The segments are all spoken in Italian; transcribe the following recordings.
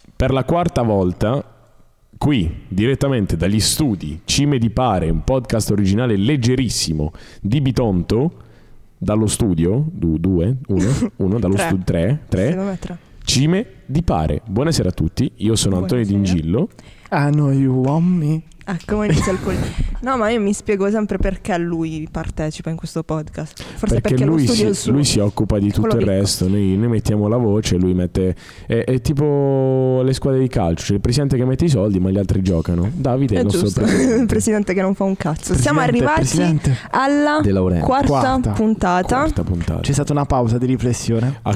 per la quarta volta, qui, direttamente dagli studi Cime di Pare, un podcast originale leggerissimo di Bitonto, dallo studio, uno, dallo studio 3, Cime di Pare. Buonasera a tutti, io sono Antonio D'Ingillo. I know you want me. Come inizia il No, ma io mi spiego sempre perché lui partecipa in questo podcast. Forse perché lui, lo studio è il suo. Lui si occupa di tutto il resto. Noi mettiamo la voce, lui mette. È tipo le squadre di calcio, c'è il presidente che mette i soldi, ma gli altri giocano. Davide è il nostro presidente. Il presidente che non fa un cazzo. Siamo arrivati alla quarta puntata. C'è stata una pausa di riflessione a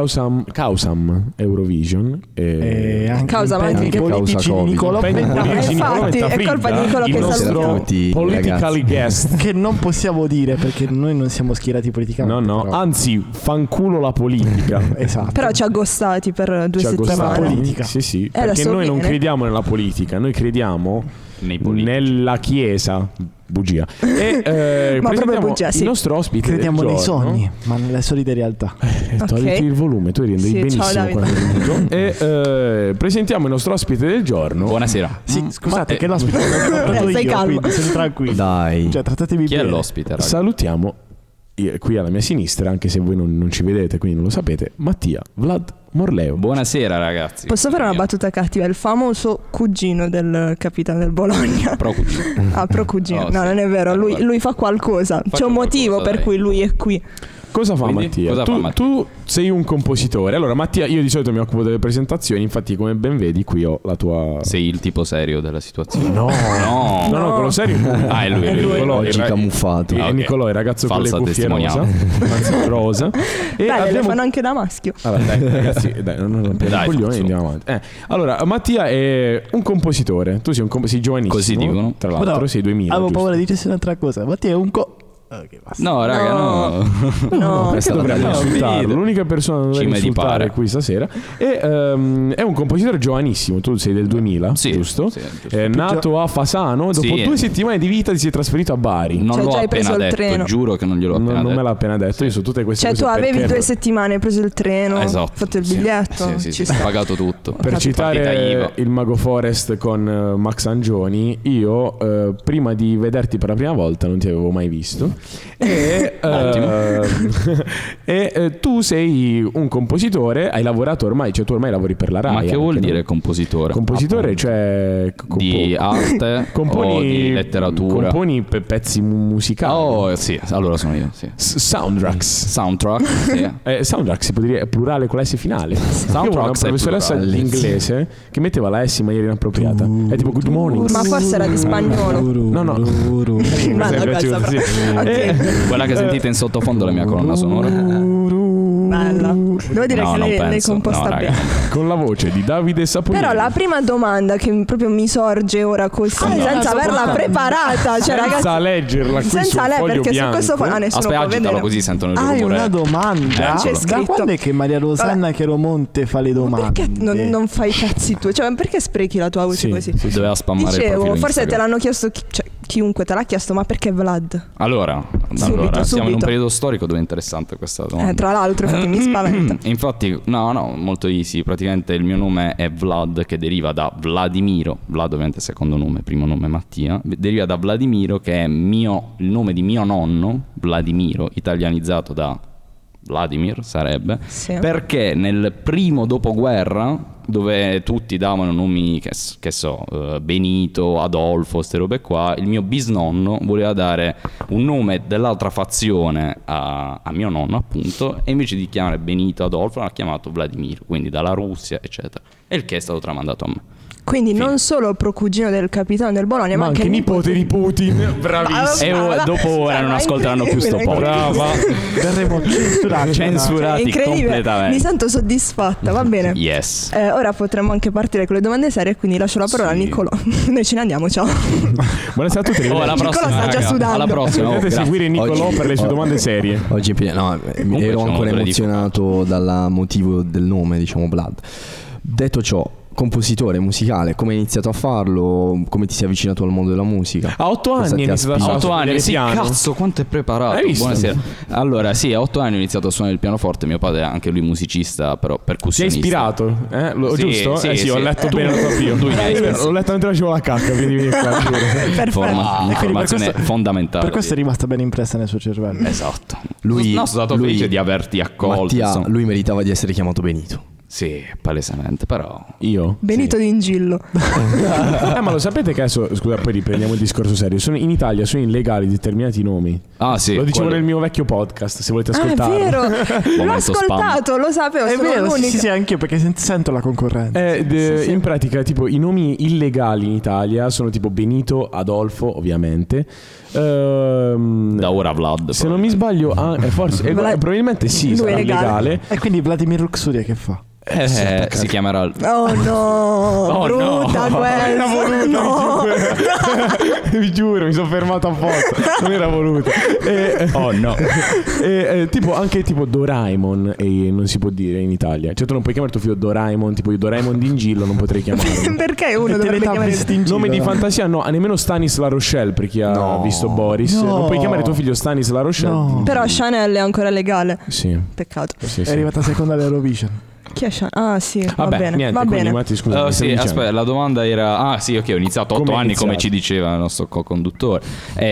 causam Eurovision e anche causa politici di Nicolò. Infatti è colpa di Nicolò che salutiamo. Politically guest che non possiamo dire perché noi non siamo schierati politicamente. No, però. Anzi, fanculo la politica. Esatto. Però ci ha gostati per 2 settimane. Per la politica. Sì, perché noi non crediamo nella politica, noi crediamo nella Chiesa. Bugia. E ma proprio bugia, il nostro ospite. Crediamo nei sogni, ma nelle solite realtà. Togliti il volume, tu rendi benissimo. Ciao, e presentiamo il nostro ospite del giorno. Buonasera. Sì, scusate, che l'ospite sei calmo. Siete tranquilli. Dai. Cioè, trattatevi Chi bene. è l'ospite, ragazzi? Salutiamo qui alla mia sinistra, anche se voi non ci vedete, quindi non lo sapete, Mattia Vlad Morleo. Buonasera, ragazzi. Posso fare una battuta cattiva? Il famoso cugino del capitano del Bologna. Pro cugino. Pro cugino. Oh, no, sì. non è vero. Lui fa qualcosa. C'è un motivo per cui lui è qui. Cosa fa Quindi, Mattia? cosa fa Mattia? Tu sei un compositore. Allora Mattia, io di solito mi occupo delle presentazioni, infatti come ben vedi qui ho la tua... Sei il tipo serio della situazione? No, quello serio. È lui. Oggi camuffato. E Nicolò, il ragazzo con le Falsa cuffie testimonianza. rosa. E Le fanno anche da maschio. Allora, dai ragazzi, non rompiamo i coglioni, andiamo avanti. Allora, Mattia è un compositore. Tu sei sei giovanissimo. Così dicono. Tra l'altro sei 2000. Avevo paura di dicesse un'altra cosa. Ma te è un No, raga, no. Perché dovremmo insultarlo? L'unica persona che dovremmo insultare qui stasera. E è un compositore giovanissimo. Tu sei del 2000, sì, giusto? Sì, è nato a Fasano. Dopo 2 settimane di vita ti sei trasferito a Bari. Non l'ho appena detto, giuro che non gliel'ho appena detto. Non me l'ha appena detto. Io so tutte queste cose. Tu avevi 2 settimane, hai preso il treno, esatto, fatto il biglietto. Sì, ho pagato tutto. Per citare il Mago Forest con Max Angioni, io prima di vederti per la prima volta non ti avevo mai visto. E tu sei un compositore, hai lavorato ormai, cioè tu ormai lavori per la Rai. Ma che vuol dire compositore? Compositore, cioè di arte o di letteratura? Componi pezzi musicali. Oh sì, allora sono io, sì. Soundtrack, sì. Soundtrack si può dire, è plurale con la S finale. Soundtrack io ho una professoressa di inglese che metteva la S in maniera inappropriata. È tipo good morning. Ma forse era di spagnolo. No. Quella che sentite in sottofondo è la mia colonna sonora. Bella. Devo dire che l'hai composta bene. Con la voce di Davide Saponini. Però la prima domanda che proprio mi sorge ora così, senza averla preparata, cioè senza leggerla qui senza sul foglio perché bianco. su questo nessuno aspetta, può agitalo vedere. così sentono il rumore. Una domanda. C'è Da scritto. quando è che Maria Rosanna Chiaromonte fa le domande? Perché non fai i cazzi tu? Cioè, perché sprechi la tua voce così? Doveva spammare il profilo forse Instagram. te l'hanno chiesto chiunque te l'ha chiesto, ma perché Vlad? Allora, siamo in un periodo storico dove è interessante questa domanda. Tra l'altro, infatti mi spaventa. Infatti, no, molto easy. Praticamente il mio nome è Vlad, che deriva da Vladimiro. Vlad ovviamente secondo nome, primo nome Mattia. Deriva da Vladimiro, che è il nome di mio nonno, Vladimiro, italianizzato da Vladimir sarebbe, sì. Perché nel primo dopoguerra, dove tutti davano nomi che so, Benito, Adolfo, queste robe qua, il mio bisnonno voleva dare un nome dell'altra fazione a mio nonno, appunto, e invece di chiamare Benito, Adolfo l'ha chiamato Vladimir, quindi dalla Russia eccetera, e il che è stato tramandato a me. Quindi non solo procugino del capitano del Bologna, ma anche nipote di Putin. Bravissimo. E dopo ora non ascolteranno più sto podcast. Brava. Verremo censurati completamente. Mi sento soddisfatta, va bene. Yes. Ora potremmo anche partire con le domande serie, quindi lascio la parola a Nicolò. Noi ce ne andiamo, ciao. Buonasera a tutti. Alla prossima, Nicolò sta già sudando. Alla prossima. Potete seguire Nicolò per le sue domande serie. Oggi ero ancora emozionato dal motivo del nome, diciamo Vlad. Detto ciò, compositore musicale, come hai iniziato a farlo, come ti sei avvicinato al mondo della musica? A 8 Cosa anni ti ha hai iniziato a spinto? suonare 8 anni, sì, piano. cazzo, quanto è preparato. Hai visto? Buonasera. Allora, sì, a 8 anni ho iniziato a suonare il pianoforte. Mio padre è anche lui musicista, però Ti hai percussionista. ispirato? Sì, Giusto? sì, Sì, ho sì. letto Tu- bene proprio. tu mi hai spesso. L'ho letto mentre facevo la cacca, quindi vieni qua, giuro. Informazione questo- fondamentale. Per questo è sì. rimasta ben impressa nel suo cervello. Esatto. Lui- no, sono stato lui- felice di averti accolto. Mattia, insomma. lui meritava di essere chiamato Benito. Sì, palesemente, però. Io? Benito d'Ingillo. Ma lo sapete che adesso, scusa, poi riprendiamo il discorso serio. In Italia sono illegali determinati nomi. Ah, sì. Lo dicevo quello- nel mio vecchio podcast, se volete Ah, è ascoltarlo. vero. L'ho Momento ascoltato, lo sapevo, È sono vero, sì, l'unica. sì, anch'io perché sento la concorrenza. In pratica, tipo, i nomi illegali in Italia sono tipo Benito, Adolfo, ovviamente. Da ora Vlad. Se non mi sbaglio, forse, probabilmente sì, Lui è sarà legale. legale. E quindi Vladimir Luxuria che fa? Si chiamerà. Oh no, brutta Era quella. voluta, No. vi giuro, mi sono fermato apposta. Non era voluto. Oh no. Tipo anche tipo Doraemon non si può dire in Italia. Cioè tu non puoi chiamare tuo figlio Doraemon, tipo io Doraemon d'Ingillo non potrei chiamarlo. Perché uno dovrebbe chiamare Nome di fantasia no, nemmeno Stanis La Rochelle per chi ha visto Boris. No. Non puoi chiamare tuo figlio Stanis La Rochelle. No. Però Chanel è ancora legale. Sì. Peccato. Sì, È sì. arrivata seconda all'Eurovision. Chi è Chanel? Ah sì, va Vabbè, bene. niente, va quindi bene. Matti, scusa, mi Sì, stavi dicendo. aspetta, la domanda era. Ah, sì, ok, ho iniziato a 8 Come hai anni, come iniziato? ci diceva il nostro co-conduttore.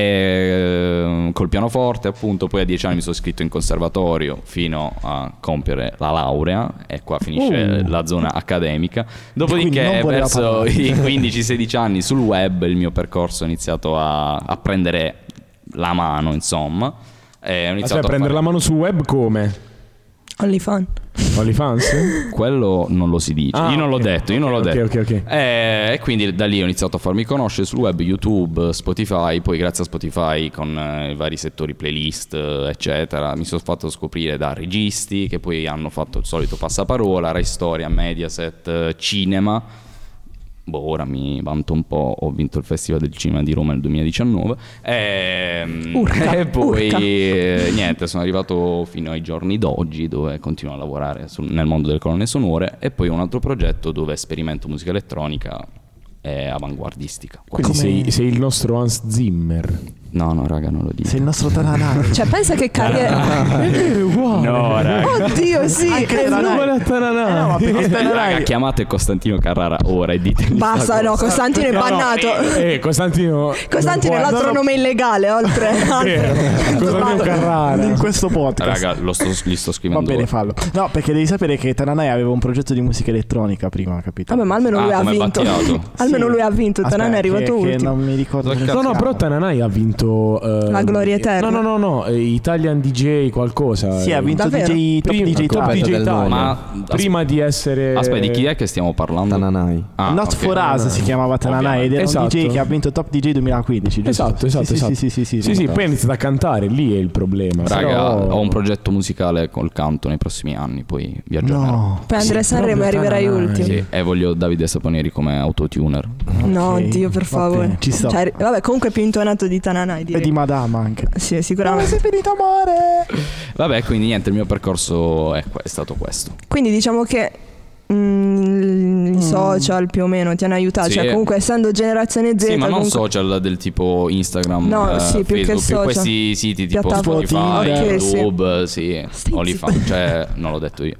Col pianoforte, appunto. Poi a 10 anni mi sono iscritto in conservatorio fino a compiere la laurea. E qua finisce la zona accademica. Quindi Dopodiché, non voleva verso parlare. i 15-16 anni sul web, il mio percorso ha iniziato a prendere la mano, insomma. E ho iniziato Aspetta, prendere la mano sul web come? OnlyFans. OnlyFans? Quello non lo si dice. Ah, io non l'ho ok. detto, io non l'ho detto. Ok. E quindi da lì ho iniziato a farmi conoscere sul web, YouTube, Spotify. Poi grazie a Spotify con i vari settori playlist eccetera mi sono fatto scoprire da registi che poi hanno fatto il solito passaparola, Rai Storia, Mediaset, cinema. Ora mi vanto un po', ho vinto il Festival del Cinema di Roma nel 2019 e poi niente, sono arrivato fino ai giorni d'oggi dove continuo a lavorare nel mondo delle colonne sonore e poi ho un altro progetto dove sperimento musica elettronica e avanguardistica. Quindi sei il nostro Hans Zimmer. No, raga, non lo dico. Sei il nostro Tananai. Cioè pensa che carriera. È uguale. No, raga. Oddio, sì. Anche è Tananai. lui. Uguale a Tananai. ma perché Raga, chiamate Costantino Carrara ora e ditemi Basta, no, Costantino è bannato. Costantino. Costantino è l'altro nome illegale, oltre. Costantino Carrara. In questo podcast. Raga, gli sto Va scrivendo bene, ora. fallo. No, perché devi sapere che Tananai aveva un progetto di musica elettronica prima, capito? Vabbè, ma almeno lui ha come vinto. Battiato. Almeno Sì. lui ha vinto. Aspetta, Tananai è arrivato che ultimo. non mi ricordo. come si No, chiama. però Tananai ha vinto La gloria eterna. No, Italian DJ qualcosa. Sì, ha vinto Davvero? DJ Top Prima, DJ Top Italia. DJ del Italia. nome. Ma Prima di essere aspetta, di chi è che stiamo parlando? Tananai. Ah, Not ok. for Us si chiamava Tananai ed era Esatto. un DJ che ha vinto Top DJ 2015, giusto? Esatto. Sì, poi ha iniziato a cantare, lì è il problema. Raga, Però- ho un progetto musicale col canto nei prossimi anni, poi vi aggiornerò. No. Poi Andrea Sì, Sanremo proprio arriverai Tananai. ultimo. Sì, e voglio Davide Saponeri come autotuner. No, Ok, Dio, per va favore. bene, ci sto. Cioè, vabbè, comunque è più intonato di Tananai, E direi. di Madama anche. Sì, sicuramente. finito amore? Vabbè, quindi niente, il mio percorso è stato questo. Quindi diciamo che i social più o meno ti hanno aiutato. Sì. Cioè, comunque, essendo generazione Z. Sì, ma non comunque... social del tipo Instagram, No, sì, più che Facebook, social. questi siti tipo Piattaforme. Spotify, Ok, sì. YouTube, sì, Stai OnlyFans, cioè non l'ho detto io.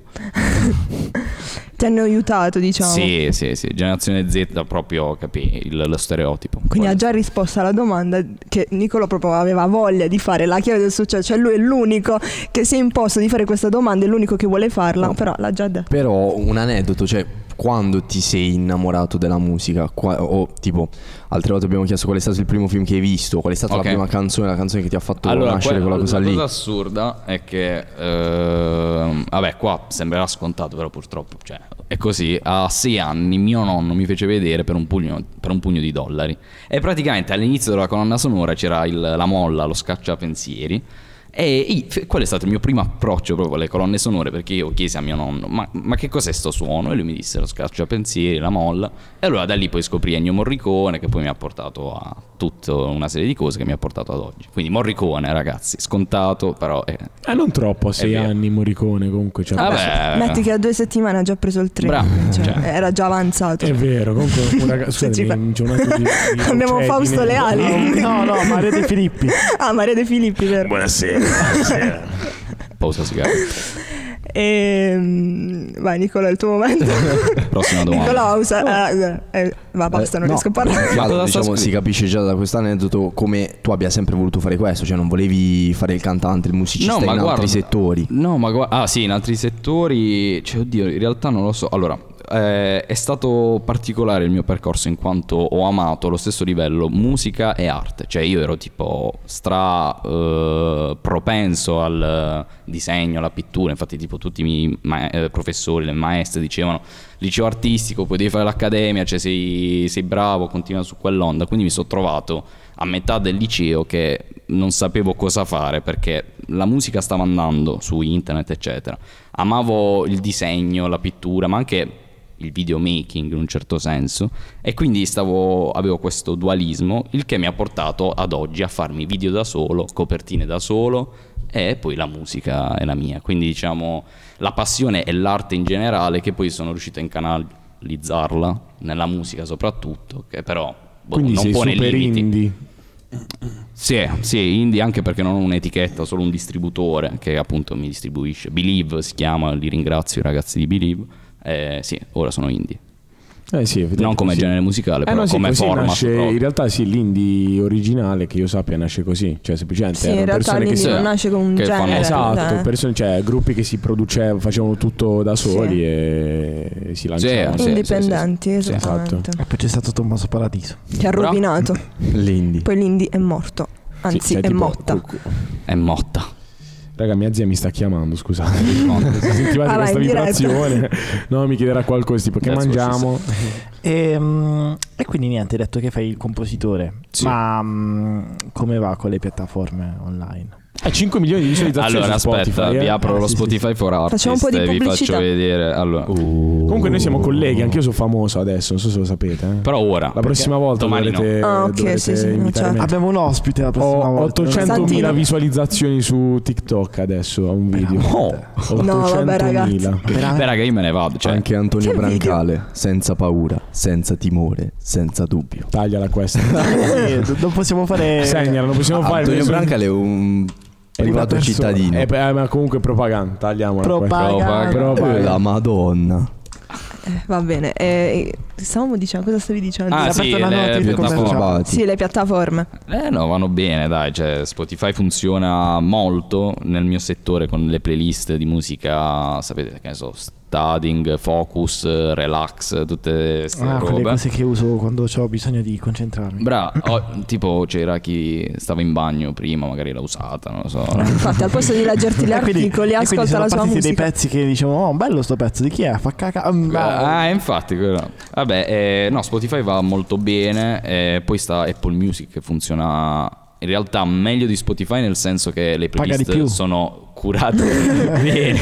Ti hanno aiutato, diciamo. Sì, generazione Z proprio, capì, lo stereotipo. Quindi Poi- ha già risposto alla domanda che Niccolò proprio aveva voglia di fare la chiave del successo. Cioè lui è l'unico che si è imposto di fare questa domanda, è l'unico che vuole farla, però l'ha già detto. Però un aneddoto, cioè quando ti sei innamorato della musica, o tipo altre volte abbiamo chiesto qual è stato il primo film che hai visto, qual è stata Ok. la prima canzone, la canzone che ti ha fatto Allora, nascere quella cosa la lì. cosa assurda è che, vabbè, qua sembrerà scontato, però purtroppo, cioè, è così. A 6 anni mio nonno mi fece vedere per un pugno di dollari. E praticamente all'inizio della colonna sonora c'era la molla, lo scacciapensieri. E qual è stato il mio primo approccio proprio alle colonne sonore? Perché io chiesi a mio nonno ma che cos'è sto suono? E lui mi disse lo scacciapensieri, la molla. E allora da lì poi scoprì Ennio Morricone, che poi mi ha portato a tutta una serie di cose che mi ha portato ad oggi. Quindi Morricone, ragazzi, scontato, però non troppo a 6 vero. anni Morricone comunque, cioè, Vabbè. Metti che a 2 settimane ha già preso il treno. Bravo, Cioè, cioè. era già avanzato. è vero, comunque un ragazzo, Se ci scusami, c'è un altro di Abbiamo Lucedine. Fausto Leali. No, Maria De Filippi. Ah, Maria De Filippi, vero. Buonasera. pausa sigaretta. Vai Nicola, è il tuo momento. Prossima domanda. Nicola va, basta, non no. riesco a parlare. Ma Allora, cosa sta diciamo, si scritto? capisce già da questo aneddoto come tu abbia sempre voluto fare questo, cioè non volevi fare il cantante, il musicista in altri settori. No, ma guarda, sì, in altri settori, cioè, oddio, in realtà non lo so. Allora, è stato particolare il mio percorso in quanto ho amato allo stesso livello musica e arte. Cioè io ero tipo propenso al disegno, alla pittura. Infatti tipo tutti i miei professori, le maestre dicevano liceo artistico, poi devi fare l'accademia, cioè sei bravo, continua su quell'onda. Quindi mi sono trovato a metà del liceo che non sapevo cosa fare, perché la musica stava andando su internet eccetera. Amavo il disegno, la pittura, ma anche il videomaking in un certo senso, e quindi avevo questo dualismo, il che mi ha portato ad oggi a farmi video da solo, copertine da solo, e poi la musica è la mia. Quindi diciamo la passione e l'arte in generale, che poi sono riuscito a incanalizzarla nella musica soprattutto, che però Quindi non sei pone super limiti. indie. Sì, indie, anche perché non ho un'etichetta, solo un distributore che appunto mi distribuisce. Believe si chiama, li ringrazio i ragazzi di Believe. Sì, ora sono indie. Sì, Non come sì. genere musicale, però No, sì, come così format nasce, proprio. in realtà sì, l'indie originale che io sappia nasce così, cioè semplicemente Sì, in erano realtà persone che l'indie si non nasce con un che fanno- genere. esatto, persone, cioè gruppi che si producevano, facevano tutto da soli Sì. e si lanciavano. Sì, Indipendenti, sì, esattamente. E poi c'è stato Tommaso Paradiso. Che ha rovinato. L'indie. Poi l'indie è morto. Anzi, Sì, cioè, è tipo, motta. È motta. Raga, mia zia mi sta chiamando, scusate. Se sentivate Ah, vai, questa in diretta. vibrazione, no, mi chiederà qualcosa tipo che That's what she mangiamo. E quindi niente, hai detto che fai il compositore. Sì. Ma come va con le piattaforme online? 5 milioni di visualizzazioni Allora su Spotify, aspetta, vi apro lo sì, Spotify for Artists. Facciamo un po' di e vi pubblicità. faccio vedere. Allora, Comunque noi siamo colleghi, anch'io sono famoso adesso, non so se lo sapete. però ora La prossima volta domani dovrete, Ah, ok, dovrete sì, sì, no, invitare certo. me. Abbiamo un ospite la prossima Ho volta. 800.000 Santino. visualizzazioni su TikTok adesso a un video. Oh. 800.000. No, vabbè, ragazzi. Beh raga, io me ne vado, cioè, Anche Antonio Che video? Brancale, senza paura, senza timore, senza dubbio. Tagliala questa. Non possiamo fare. Segnala, non possiamo fare Antonio nessun- Brancale è un privato persona. cittadino. ma comunque propaganda, tagliamola. Propaganda. Propaganda. La Madonna. Va bene. Stavamo dicendo, cosa stavi dicendo? Ah, L'ha sì, aperto una le notifica piattaforme. commerciale. Sì, le piattaforme. No, vanno bene, dai, cioè Spotify funziona molto nel mio settore con le playlist di musica, sapete, che ne so, studying, focus, relax, tutte queste Quelle robe. cose che uso quando ho bisogno di concentrarmi. Tipo c'era chi stava in bagno prima, magari l'ha usata, non lo so. Infatti, al posto di leggerti gli E quindi- articoli, e quindi ascolta sono la sua partiti dei musica. pezzi che dicevano: oh, bello sto pezzo, di chi è? Fa caca. Infatti quello. Vabbè, no, Spotify va molto bene, poi sta Apple Music che funziona in realtà meglio di Spotify, nel senso che le Paga di più. playlist sono curate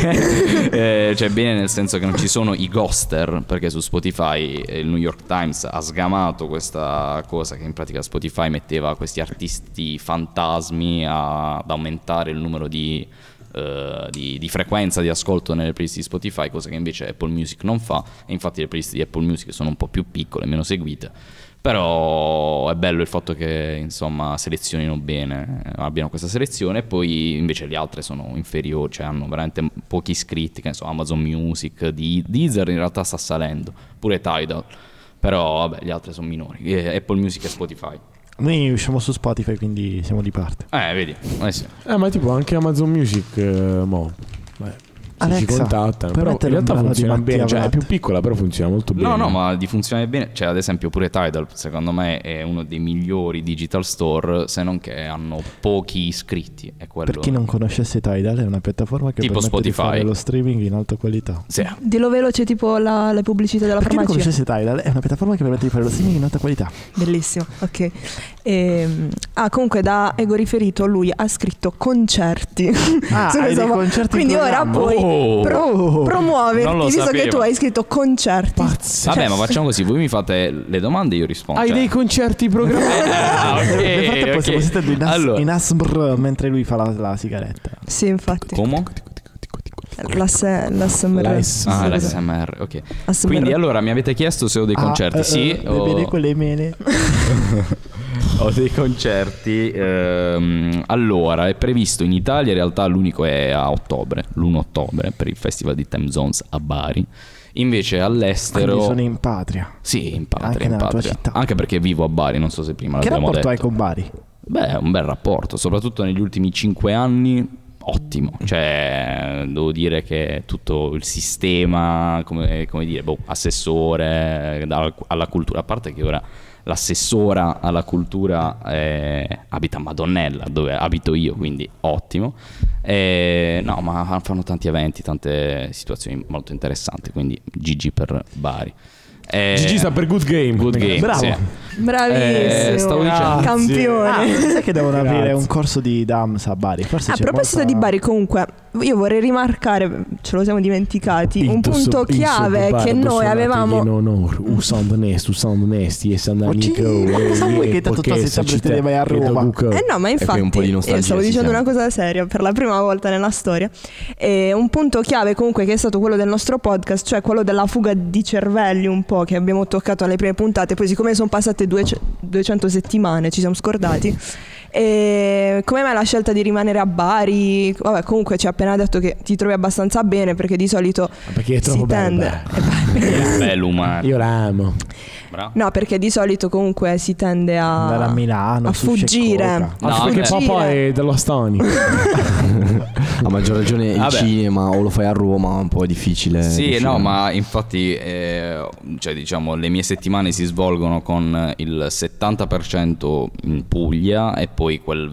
bene, cioè bene nel senso che non ci sono i ghoster, perché su Spotify il New York Times ha sgamato questa cosa che in pratica Spotify metteva questi artisti fantasmi ad aumentare il numero di frequenza di ascolto nelle playlist di Spotify, cosa che invece Apple Music non fa, e infatti le playlist di Apple Music sono un po' più piccole, meno seguite, però è bello il fatto che insomma selezionino bene, abbiano questa selezione, e poi invece le altre sono inferiori, cioè hanno veramente pochi iscritti, che ne so, Amazon Music, Deezer in realtà sta salendo, pure Tidal, però vabbè, gli altri sono minori, Apple Music e Spotify. Noi usciamo su Spotify, quindi siamo di parte. Vedi, sì. Ma tipo anche Amazon Music, mo. Beh, ci Alexa, contattano. puoi Però in mettere un realtà brano di funziona Mattia bene, cioè è Vlad? più piccola però funziona molto bene. No, ma di funzionare bene. Cioè, ad esempio, pure Tidal, secondo me, è uno dei migliori digital store, se non che hanno pochi iscritti. È quello. Per chi non conoscesse Tidal, è una piattaforma che Tipo permette di Spotify. fare lo streaming in alta qualità. Sì. Dillo veloce, tipo le pubblicità della Per chi non farmacia. conoscesse Tidal, è una piattaforma che permette di fare lo streaming in alta qualità. Bellissimo, ok. Comunque da Ego Riferito lui ha scritto concerti. Ah, Su hai questo dei mo- concerti in Quindi ora programma? puoi Oh. promuoverti, Non lo visto che sapevo. tu hai scritto concerti. Vabbè, ma facciamo così: voi mi fate le domande e io rispondo. Hai Cioè- dei concerti programmati? Ok, Nel frattempo ok. stiamo sentendo Allora, in ASMR mentre lui fa la sigaretta. Sì, infatti. come? L'ASMR. Ah, l'SMR, ok. ASMR. Quindi allora mi avete chiesto se ho dei concerti. Sì, Le mele con le mele. ho dei concerti. Allora, è previsto in Italia, in realtà l'unico è a ottobre, l'1 ottobre, per il Festival di Time Zones a Bari. Invece all'estero... Quindi sono in patria. Sì, in patria, Anche in nella tua patria. città. Anche perché vivo a Bari, non so se prima Che l'abbiamo rapporto detto. hai con Bari? Beh, un bel rapporto, soprattutto negli ultimi 5 anni. Ottimo, cioè devo dire che tutto il sistema, come dire, assessore alla cultura, a parte che ora l'assessora alla cultura abita a Madonnella, dove abito io, quindi ottimo. No, ma fanno tanti eventi, tante situazioni molto interessanti, quindi GG per Bari. Gigi sta per Good Game. Good Game, Bravo. sì. Bravissimo. Stavo dicendo. Campione. Sai che devono Grazie. aprire un corso di DAMS a Bari? Forse A c'è proposito molta- di Bari, comunque, io vorrei rimarcare, ce lo siamo dimenticati, un punto chiave che noi avevamo. Usando onesti e San Oggi- cosa vuoi che tanto sei sempre te ne vai a Roma? No, ma E qui un po' di infatti nostalgia io stavo si dicendo sente. una cosa seria per la prima volta nella storia. Un punto chiave comunque che è stato quello del nostro podcast, cioè quello della fuga di cervelli un po' che abbiamo toccato alle prime puntate, poi siccome sono passate 200 settimane ci siamo scordati. E come mai la scelta di rimanere a Bari? Vabbè, comunque ci ha appena detto che ti trovi abbastanza bene, perché di solito Perché è troppo si bello, tende Bello umano. Io la amo. Bravo. No, perché di solito comunque si tende Andare a Milano, a sushi e fuggire. coca. No, Perché vabbè. papà è dello Stani. A maggior ragione il Vabbè. cinema o lo fai a Roma un po' è difficile. Sì, riuscire. no, ma infatti, cioè, diciamo, le mie settimane si svolgono con il 70% in Puglia e poi quel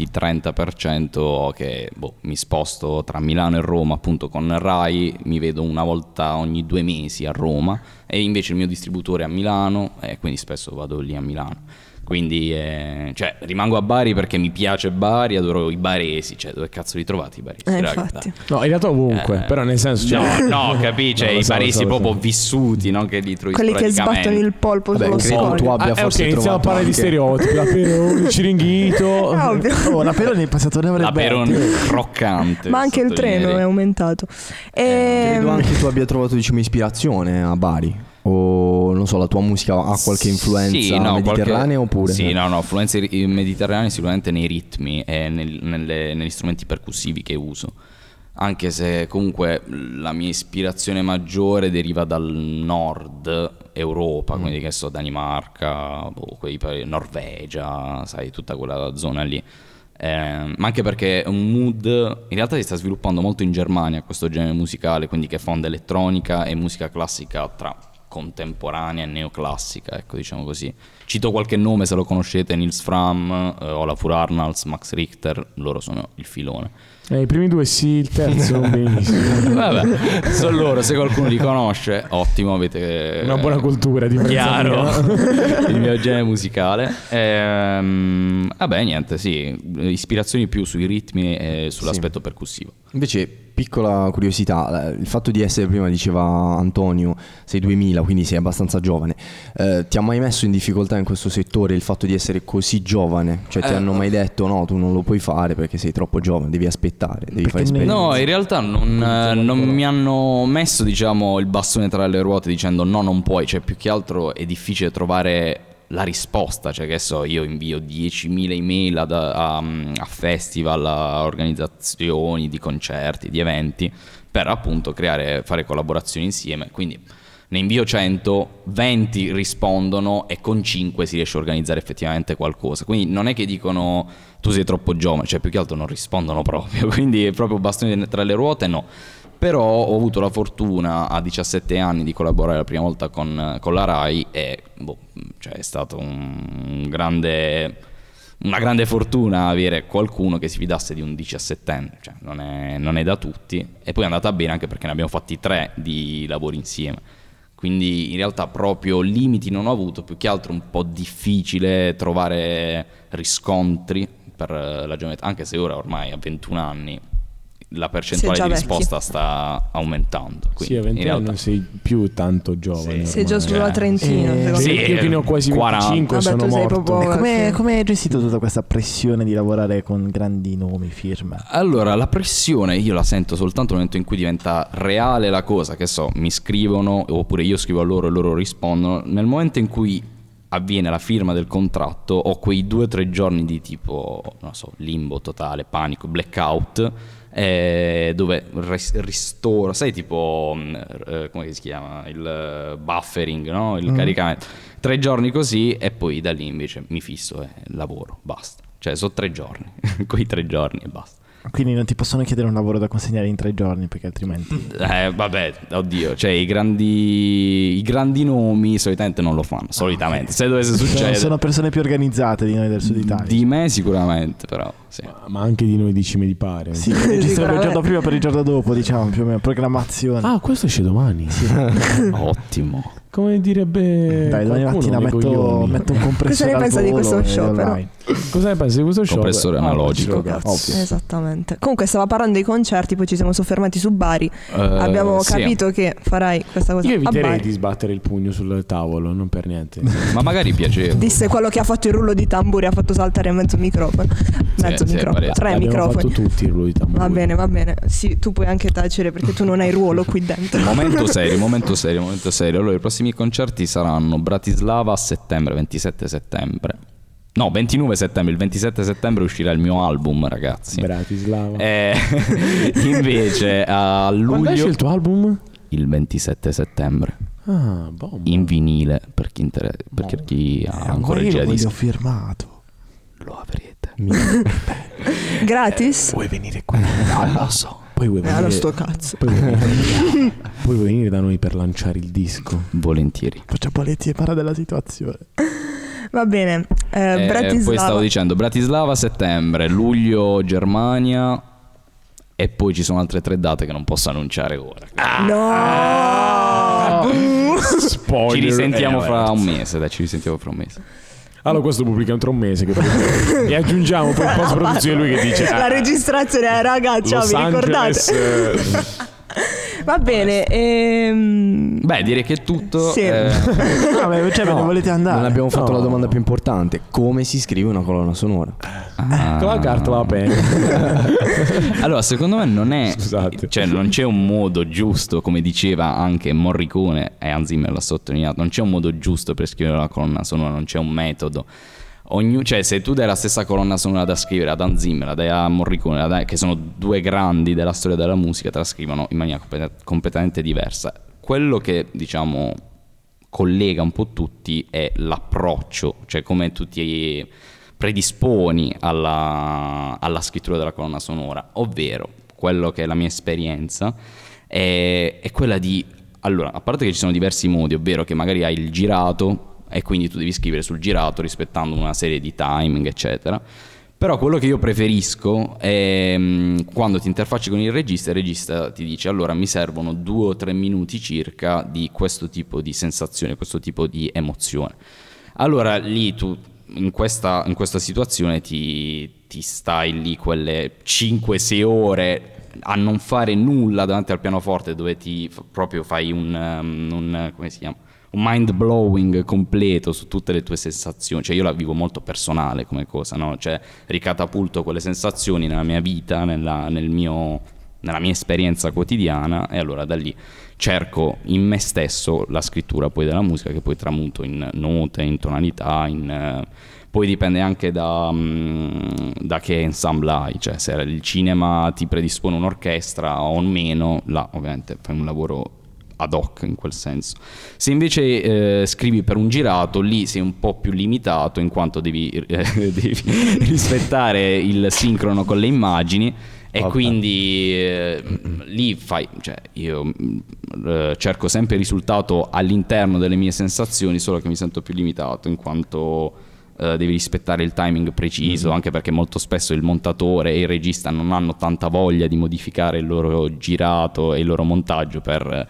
20-30% che mi sposto tra Milano e Roma, appunto con Rai, mi vedo una volta ogni 2 mesi a Roma, e invece il mio distributore è a Milano e quindi spesso vado lì a Milano. Quindi cioè, rimango a Bari perché mi piace Bari, adoro i baresi, cioè dove cazzo li trovate i baresi? Raga, infatti. dai. No, in realtà ovunque, però nel senso... Cioè, No, capisci? No, lo I so, baresi lo so. proprio vissuti, non che li trovi Quelli che sporadicamente. sbattono il polpo Vabbè, sullo credo tu scoglio. abbia ok, forse iniziamo a trovato parlare di anche- stereotipi. La Peroni, il Ciringhito. Ovvio. Oh, la Peroni è passato un'ora La e 20. Peroni croccante. Ma anche il treno è aumentato. Credo anche tu abbia trovato, diciamo, ispirazione a Bari. O non so, la tua musica ha qualche influenza mediterranea oppure? Sì, no, influenze mediterranee sicuramente nei ritmi e negli strumenti percussivi che uso. Anche se comunque la mia ispirazione maggiore deriva dal nord Europa, quindi che so, Danimarca, Norvegia, sai, tutta quella zona lì. Ma anche perché è un mood, in realtà si sta sviluppando molto in Germania questo genere musicale, quindi che fonde elettronica e musica classica tra contemporanea e neoclassica, ecco, diciamo così. Cito qualche nome se lo conoscete: Nils Fram, Olafur Arnalds, Max Richter, loro sono il filone. I primi due sì, il terzo non benissimo. Vabbè, sono loro, se qualcuno li conosce, ottimo, avete Una buona cultura di chiaro il mio genere musicale. Vabbè, niente, sì, ispirazioni più sui ritmi e sull'aspetto percussivo. Invece, piccola curiosità, il fatto di essere, prima diceva Antonio, sei 2000, quindi sei abbastanza giovane. Ti ha mai messo in difficoltà in questo settore il fatto di essere così giovane? Cioè ti hanno mai detto no, tu non lo puoi fare perché sei troppo giovane, devi aspettare, devi Perché fare esperienza? No, in realtà non mi hanno messo, diciamo, il bastone tra le ruote dicendo no, non puoi, cioè più che altro è difficile trovare la risposta, cioè che so, io invio 10.000 email a festival, a organizzazioni di concerti, di eventi, per appunto fare collaborazioni insieme, quindi ne invio 100, 20 rispondono e con 5 si riesce a organizzare effettivamente qualcosa. Quindi non è che dicono tu sei troppo giovane, cioè più che altro non rispondono proprio, quindi è proprio bastone tra le ruote, no. Però ho avuto la fortuna a 17 anni di collaborare la prima volta con la Rai e cioè è stato una grande fortuna avere qualcuno che si fidasse di un 17enne, cioè non è da tutti, e poi è andata bene anche perché ne abbiamo fatti 3 di lavori insieme, quindi in realtà proprio limiti non ho avuto, più che altro un po' difficile trovare riscontri per la gioventù, anche se ora ormai a 21 anni la percentuale di risposta sta aumentando. Sì, a 20 anni non sei più tanto giovane. Sei già sulla trentina. Sì, io che ne ho quasi 25 sono morto. Come hai gestito tutta questa pressione di lavorare con grandi nomi, firme? Allora, la pressione io la sento soltanto nel momento in cui diventa reale la cosa, che so, mi scrivono oppure io scrivo a loro e loro rispondono. Nel momento in cui avviene la firma del contratto ho quei 2 o 3 giorni di tipo, non so, limbo totale, panico, blackout, dove ristoro, sai, tipo come si chiama, il buffering, no? Il caricamento, 3 giorni così, e poi da lì invece mi fisso e lavoro, basta, cioè sono 3 giorni quei 3 giorni e basta. Quindi non ti possono chiedere un lavoro da consegnare in 3 giorni, perché altrimenti vabbè, oddio, cioè i grandi nomi solitamente non lo fanno, solitamente. Se dovesse succedere, sono persone più organizzate di noi del Sud Italia. Di me sicuramente, però sì. Ma anche di noi di Cime di Pare. Sì, registriamo il giorno prima per il giorno dopo, diciamo, più o meno, programmazione. Ah, questo esce domani. Sì. Ottimo. Come direbbe dai, domani mattina metto un compressore. Cosa ne pensa di questo show, però? Cosa ne pensi di questo show? Compressore analogico. Esattamente. Comunque stava parlando dei concerti, poi ci siamo soffermati su Bari. Abbiamo capito che farai questa cosa. Io eviterei a Bari. di sbattere il pugno sul tavolo, non per niente. Ma magari piaceva. Disse quello che ha fatto il rullo di tamburi, ha fatto saltare mezzo microfono. Mezzo microfono. 3 Abbiamo microfoni. fatto tutti il rullo di tamburi. Va bene. Sì, tu puoi anche tacere perché tu non hai ruolo qui dentro. Momento serio. Allora, i prossimi concerti saranno Bratislava a settembre, 27 settembre. No, 29 settembre, il 27 settembre uscirà il mio album, ragazzi. Bratislava. Invece a luglio... Quando esce il tuo album? Il 27 settembre. Ah, bomba. In vinile, per chi ha ancora il io disco. l'ho firmato. Lo avrete. Gratis? Puoi venire qui? Non lo so. Poi vuoi venire... Allo sto cazzo. Poi vuoi venire da noi per lanciare il disco? Volentieri. Faccia Paletti e parla della situazione. Va bene. Bratislava. Poi stavo dicendo Bratislava a settembre, luglio Germania, e poi ci sono altre 3 date che non posso annunciare ora. No! Spoiler. Ci risentiamo fra un mese. Allora questo pubblica entro un mese e aggiungiamo poi in post produzione lui che dice La registrazione, ragazzi, Los vi ricordate? Angeles, Va bene. Beh, direi che è tutto. Sì. Cioè, No, volete andare? non abbiamo fatto No. la domanda più importante: come si scrive una colonna sonora? con la carta la penna. Allora, secondo me non è, Scusate. cioè non c'è un modo giusto, come diceva anche Morricone, e Hans Zimmer l'ha sottolineato, non c'è un modo giusto per scrivere una colonna sonora, non c'è un metodo. Cioè, se tu dai la stessa colonna sonora da scrivere ad Hans Zimmer, la dai a Morricone, che sono 2 grandi della storia della musica, te la scrivono in maniera completamente diversa. Quello che, diciamo, collega un po' tutti è l'approccio, cioè come tu ti predisponi alla scrittura della colonna sonora, ovvero quello che è la mia esperienza è quella di, allora, a parte che ci sono diversi modi, ovvero che magari hai il girato e quindi tu devi scrivere sul girato rispettando una serie di timing, eccetera. Però quello che io preferisco è quando ti interfacci con il regista ti dice: allora mi servono 2 o 3 minuti circa di questo tipo di sensazione, questo tipo di emozione. Allora lì tu in questa situazione ti stai lì quelle 5-6 ore a non fare nulla davanti al pianoforte, dove ti proprio fai un come si chiama? Un mind blowing completo su tutte le tue sensazioni. Cioè io la vivo molto personale come cosa, no? Cioè ricatapulto quelle sensazioni nella mia vita, nella mia esperienza quotidiana, e allora da lì cerco in me stesso la scrittura poi della musica, che poi tramuto in note, in tonalità, poi dipende anche da che ensemble hai, cioè se il cinema ti predispone un'orchestra o meno, là ovviamente fai un lavoro ad hoc in quel senso. Se invece scrivi per un girato, lì sei un po' più limitato, in quanto devi rispettare il sincrono con le immagini, E quindi lì fai, cioè io cerco sempre il risultato all'interno delle mie sensazioni, solo che mi sento più limitato in quanto devi rispettare il timing preciso, anche perché molto spesso il montatore e il regista non hanno tanta voglia di modificare il loro girato e il loro montaggio per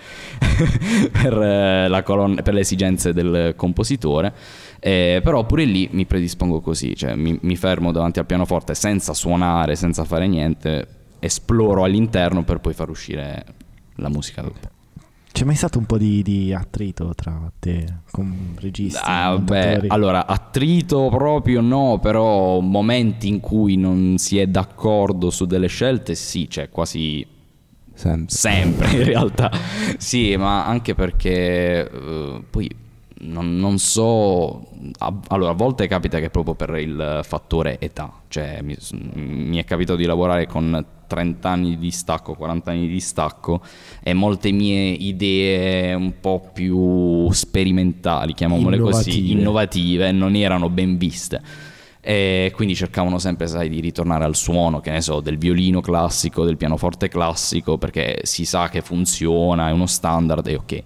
la colonna, per le esigenze del compositore. Però pure lì mi predispongo così, cioè mi fermo davanti al pianoforte senza suonare, senza fare niente, esploro all'interno per poi far uscire la musica dopo. C'è mai stato un po' di attrito tra te con registi? Allora, attrito proprio no, però momenti in cui non si è d'accordo su delle scelte sì, cioè quasi sempre in realtà. Sì, ma anche perché poi non so, allora a volte capita che proprio per il fattore età, cioè mi è capitato di lavorare con 30 anni di distacco, 40 anni di distacco, e molte mie idee un po' più sperimentali, chiamiamole così, innovative, non erano ben viste. E quindi cercavano sempre, sai, di ritornare al suono, che ne so, del violino classico, del pianoforte classico, perché si sa che funziona, è uno standard e ok.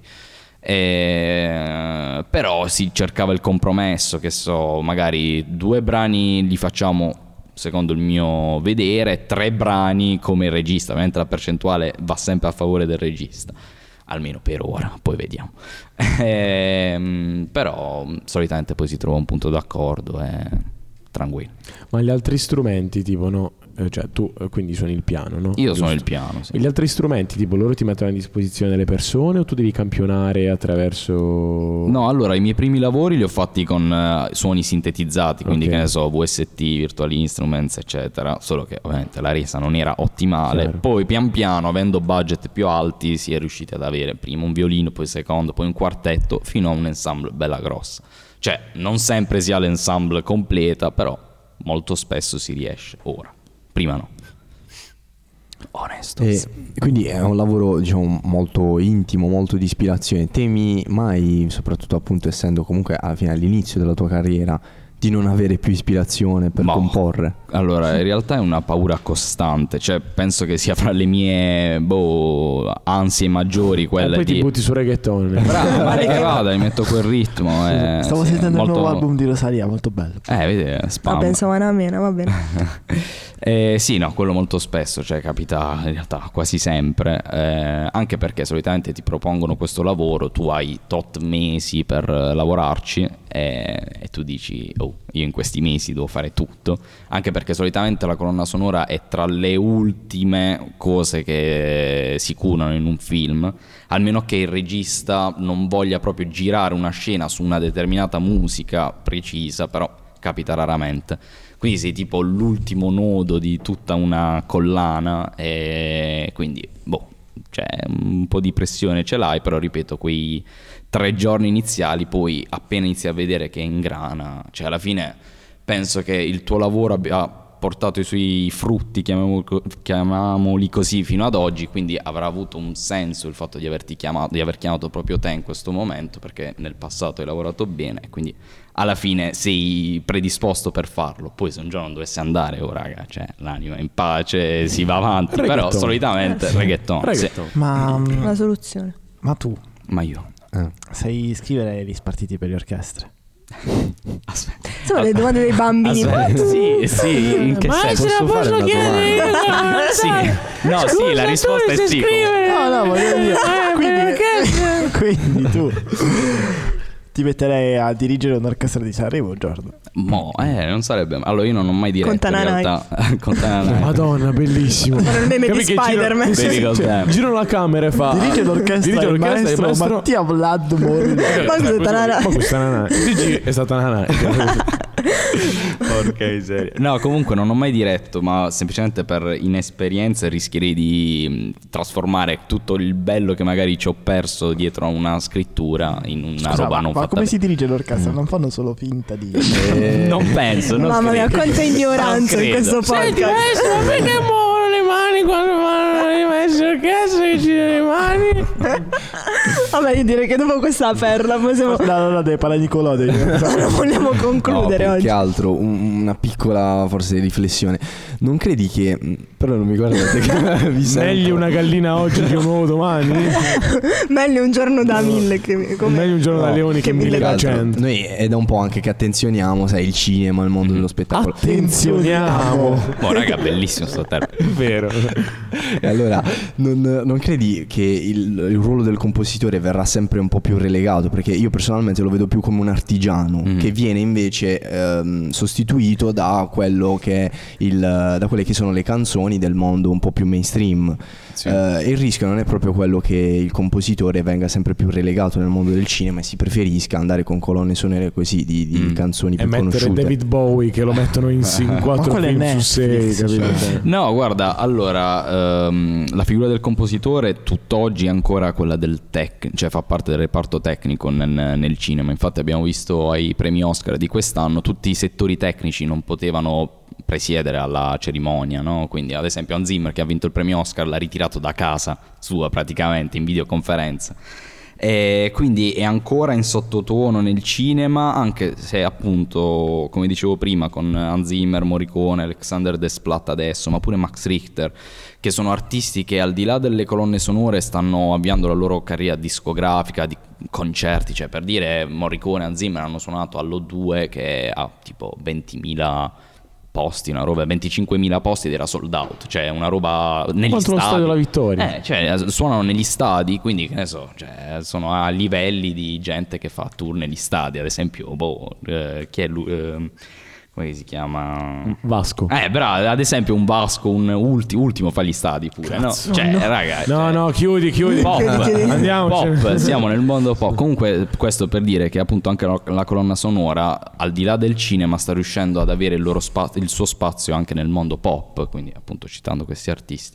Però si cercava il compromesso, che so, magari 2 brani li facciamo secondo il mio vedere, 3 brani come il regista, ovviamente la percentuale va sempre a favore del regista, almeno per ora, poi vediamo. Però solitamente poi si trova un punto d'accordo e tranquillo. Ma gli altri strumenti tipo no? Cioè tu quindi suoni il piano, no? Io suono il piano, sì. E gli altri strumenti tipo loro ti mettono a disposizione delle persone o tu devi campionare attraverso... No, allora i miei primi lavori li ho fatti con suoni sintetizzati, quindi che ne so, VST, Virtual Instruments eccetera, solo che ovviamente la resa non era ottimale. Chiaro. Poi pian piano, avendo budget più alti, si è riusciti ad avere prima un violino, poi il secondo, poi un quartetto, fino a un ensemble bella grossa. Cioè non sempre si ha l'ensemble completa, però molto spesso si riesce ora. Prima no. Onesto. Quindi è un lavoro, diciamo, molto intimo, molto di ispirazione. Temi mai, soprattutto appunto essendo comunque alla fine all'inizio della tua carriera, di non avere più ispirazione per comporre? Allora, in realtà è una paura costante, cioè penso che sia fra le mie ansie maggiori quelle poi ti butti su reggaeton. Bravo, ma che vada, mi metto quel ritmo. Stavo sentendo il nuovo album di Rosalia, molto bello. Vedi, spam. Pensavo a mena, va bene. Sì, no, quello molto spesso, cioè capita in realtà quasi sempre, anche perché solitamente ti propongono questo lavoro, tu hai tot mesi per lavorarci e tu dici io in questi mesi devo fare tutto, anche perché solitamente la colonna sonora è tra le ultime cose che si curano in un film, almeno che il regista non voglia proprio girare una scena su una determinata musica precisa, però capita raramente. Quindi sei tipo l'ultimo nodo di tutta una collana e quindi cioè un po' di pressione ce l'hai, però ripeto, quei 3 giorni iniziali poi appena inizi a vedere che ingrana, cioè alla fine penso che il tuo lavoro abbia portato i suoi frutti, chiamiamoli così, fino ad oggi, quindi avrà avuto un senso il fatto di aver chiamato proprio te in questo momento, perché nel passato hai lavorato bene e quindi alla fine sei predisposto per farlo. Poi se un giorno non dovesse andare, raga, cioè l'anima è in pace, si va avanti, però solitamente reggaeton. Sì. Ma la soluzione. Ma tu? Ma io sai scrivere gli spartiti per le orchestre? Aspetta. Sono le domande dei bambini. Sì, in che senso? Posso fare una domanda? Sì. No, sì, la risposta è sì. No, voglio dire. Quindi tu ti metterei a dirigere un'orchestra di Sanremo un giorno? Non sarebbe. Allora io non ho mai diretto Con in realtà. Con Tananai. Madonna, bellissimo. Come il meme di Spider-Man. Giro la camera e fa Dirige l'orchestra il maestro Mattia Vladimir. Ma questa Tananai. È stata Tananai. Porca miseria. No, comunque non ho mai diretto, ma semplicemente per inesperienza rischierei di trasformare tutto il bello che magari ci ho perso dietro a una scrittura in una roba non fatta. Ma come si dirige l'orchestra? Non fanno solo finta di... Non penso. Mamma mia, quanta ignoranza in questo podcast. Senti, maestro, perché muovono le mani quando fanno messo il cazzo che gira le mani. Vabbè, io direi che dopo questa perla possiamo... No, deve parlare Nicolò. Non vogliamo concludere no, oggi. più che altro una piccola forse riflessione. Non credi che... Però non mi guardate che vi sento. Meglio una gallina oggi che un uovo domani. Meglio un giorno da 1000 che... Meglio un giorno da leoni che 1000 da 100. Noi è da un po' anche che attenzioniamo, sai, il cinema, il mondo dello spettacolo. Attenzioniamo. Oh, raga, bellissimo sto termine. Vero. E allora non credi che il ruolo del compositore verrà sempre un po' più relegato? Perché io personalmente lo vedo più come un artigiano che viene invece sostituito da quello che è da quelle che sono le canzoni del mondo un po' più mainstream. Sì. Il rischio non è proprio quello che il compositore venga sempre più relegato nel mondo del cinema e si preferisca andare con colonne sonore così di canzoni E più mettere conosciute. David Bowie che lo mettono in 4 quello è film su 6, Netflix, capito? cioè. No, guarda, allora la figura del compositore tutt'oggi è ancora quella del cioè fa parte del reparto tecnico nel cinema. Infatti abbiamo visto ai premi Oscar di quest'anno tutti i settori tecnici non potevano presiedere alla cerimonia, no? Quindi ad esempio Hans Zimmer, che ha vinto il premio Oscar, l'ha ritirato da casa sua praticamente in videoconferenza. E quindi è ancora in sottotono nel cinema, anche se appunto, come dicevo prima, con Hans Zimmer, Morricone, Alexander Desplat adesso, ma pure Max Richter, che sono artisti che al di là delle colonne sonore stanno avviando la loro carriera discografica, di concerti. Cioè, per dire, Morricone e Hans Zimmer hanno suonato all'O2 che ha tipo 20.000 posti, una roba, 25.000 posti ed era sold out, cioè una roba negli Quanto stadi. lo stadio della Vittoria. Cioè suonano negli stadi, quindi che ne so, cioè, sono a livelli di gente che fa tour negli stadi, ad esempio, chi è lui? Come si chiama? Vasco. Bravo, ad esempio un Vasco, un ultimo fa gli stadi pure, Cazzo, no? Cioè, no. raga, No, chiudi. Pop, Andiamo. pop, siamo nel mondo pop. Comunque questo per dire che appunto anche la colonna sonora, al di là del cinema, sta riuscendo ad avere il suo spazio anche nel mondo pop, quindi appunto citando questi artisti.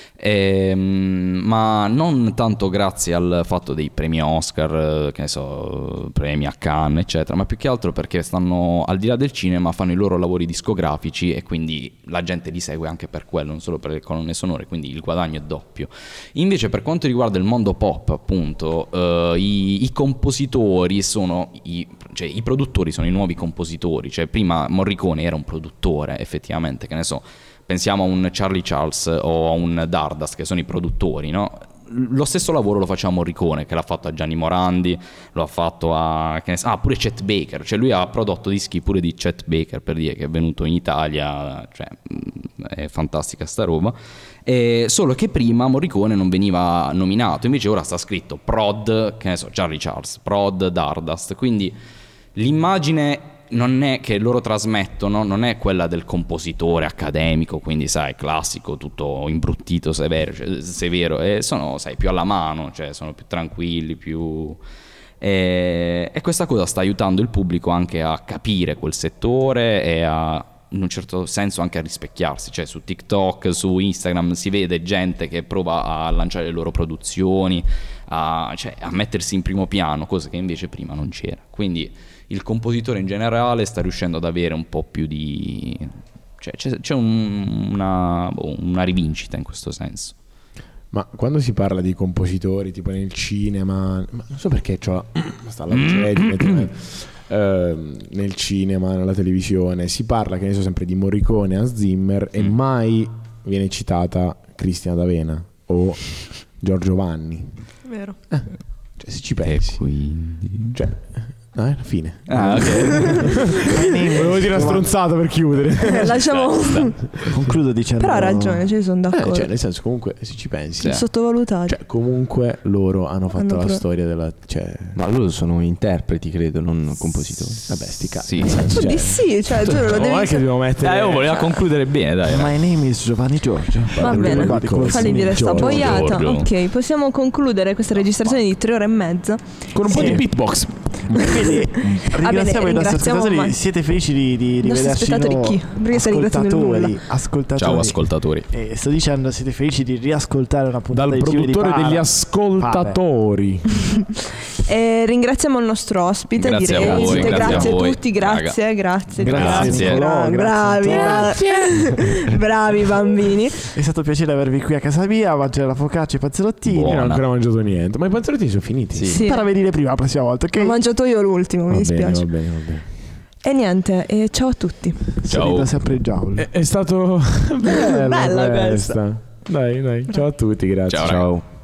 Ma non tanto grazie al fatto dei premi Oscar, che ne so, premi a Cannes eccetera, ma più che altro perché stanno al di là del cinema, fanno i loro lavori discografici e quindi la gente li segue anche per quello, non solo per le colonne sonore, quindi il guadagno è doppio. Invece per quanto riguarda il mondo pop, appunto, i compositori sono cioè i produttori sono i nuovi compositori. Cioè prima Morricone era un produttore effettivamente, che ne so, pensiamo a un Charlie Charles o a un Dardust, che sono i produttori, no? Lo stesso lavoro lo faceva Morricone, che l'ha fatto a Gianni Morandi, lo ha fatto a pure Chet Baker. Cioè lui ha prodotto dischi pure di Chet Baker, per dire, che è venuto in Italia. Cioè è fantastica sta roba. Solo che prima Morricone non veniva nominato, invece ora sta scritto prod, che ne so, Charlie Charles, prod Dardust. Quindi l'immagine non è che loro trasmettono, non è quella del compositore accademico, quindi sai, classico, tutto imbruttito, severo, e sono, sai, più alla mano, cioè sono più tranquilli, più... E questa cosa sta aiutando il pubblico anche a capire quel settore e a, in un certo senso, anche a rispecchiarsi. Cioè su TikTok, su Instagram si vede gente che prova a lanciare le loro produzioni, a mettersi in primo piano, cosa che invece prima non c'era. Quindi il compositore in generale sta riuscendo ad avere un po' più di... cioè c'è una rivincita in questo senso. Ma quando si parla di compositori tipo nel cinema, ma non so perché c'ho sta la luce nel cinema, nella televisione si parla, che ne so, sempre di Morricone, Hans Zimmer, e mai viene citata Cristina D'Avena o Giorgio Vanni. Vero. Cioè se ci pensi, Quindi... cioè alla fine. Ok. Volevo dire una stronzata per chiudere. Lasciamo... Concludo dicendo... Però ha ragione, ci sono d'accordo. Cioè nel senso, comunque se ci pensi, Sì. Sottovalutati. cioè comunque loro hanno fatto la storia della, cioè, Ma loro sono interpreti, credo, non compositori. vabbè, sti cazzi. Sì. Nel senso, Tu di sì, cioè tu lo non è devi... che dobbiamo mettere. Io volevo concludere bene, dai. My name is Giovanni Giorgio. Va bene, falli dire sta Giorgio. boiata. Ok, possiamo concludere questa registrazione di 3 ore e mezza. con un po' di beatbox. Quindi ringraziamo i nostri ascoltatori. ma- Siete felici di I nostri rivederci? spettatori No? chi? Perché stai ringraziando il nulla? Ascoltatori. Ciao ascoltatori. E sto dicendo, siete felici di riascoltare una puntata Dal di Fiori di produttore Para? degli ascoltatori. E ringraziamo il nostro ospite. Grazie a direi. voi, Grazie a a voi. tutti, grazie. Grazie. Bravi, bravi bambini. È stato un piacere avervi qui a casa mia a mangiare la focaccia e i panzerottini. Io non ho Buona. ancora mangiato niente. Ma i panzerottini sono finiti. Sì. Per venire prima la prossima volta, ok? Ho mangiato io l'ultimo, mi dispiace. Va bene. E niente, ciao a tutti. Salito sempre in giaula. È stato bello Bella questa. Dai, ciao a tutti, grazie. Ciao.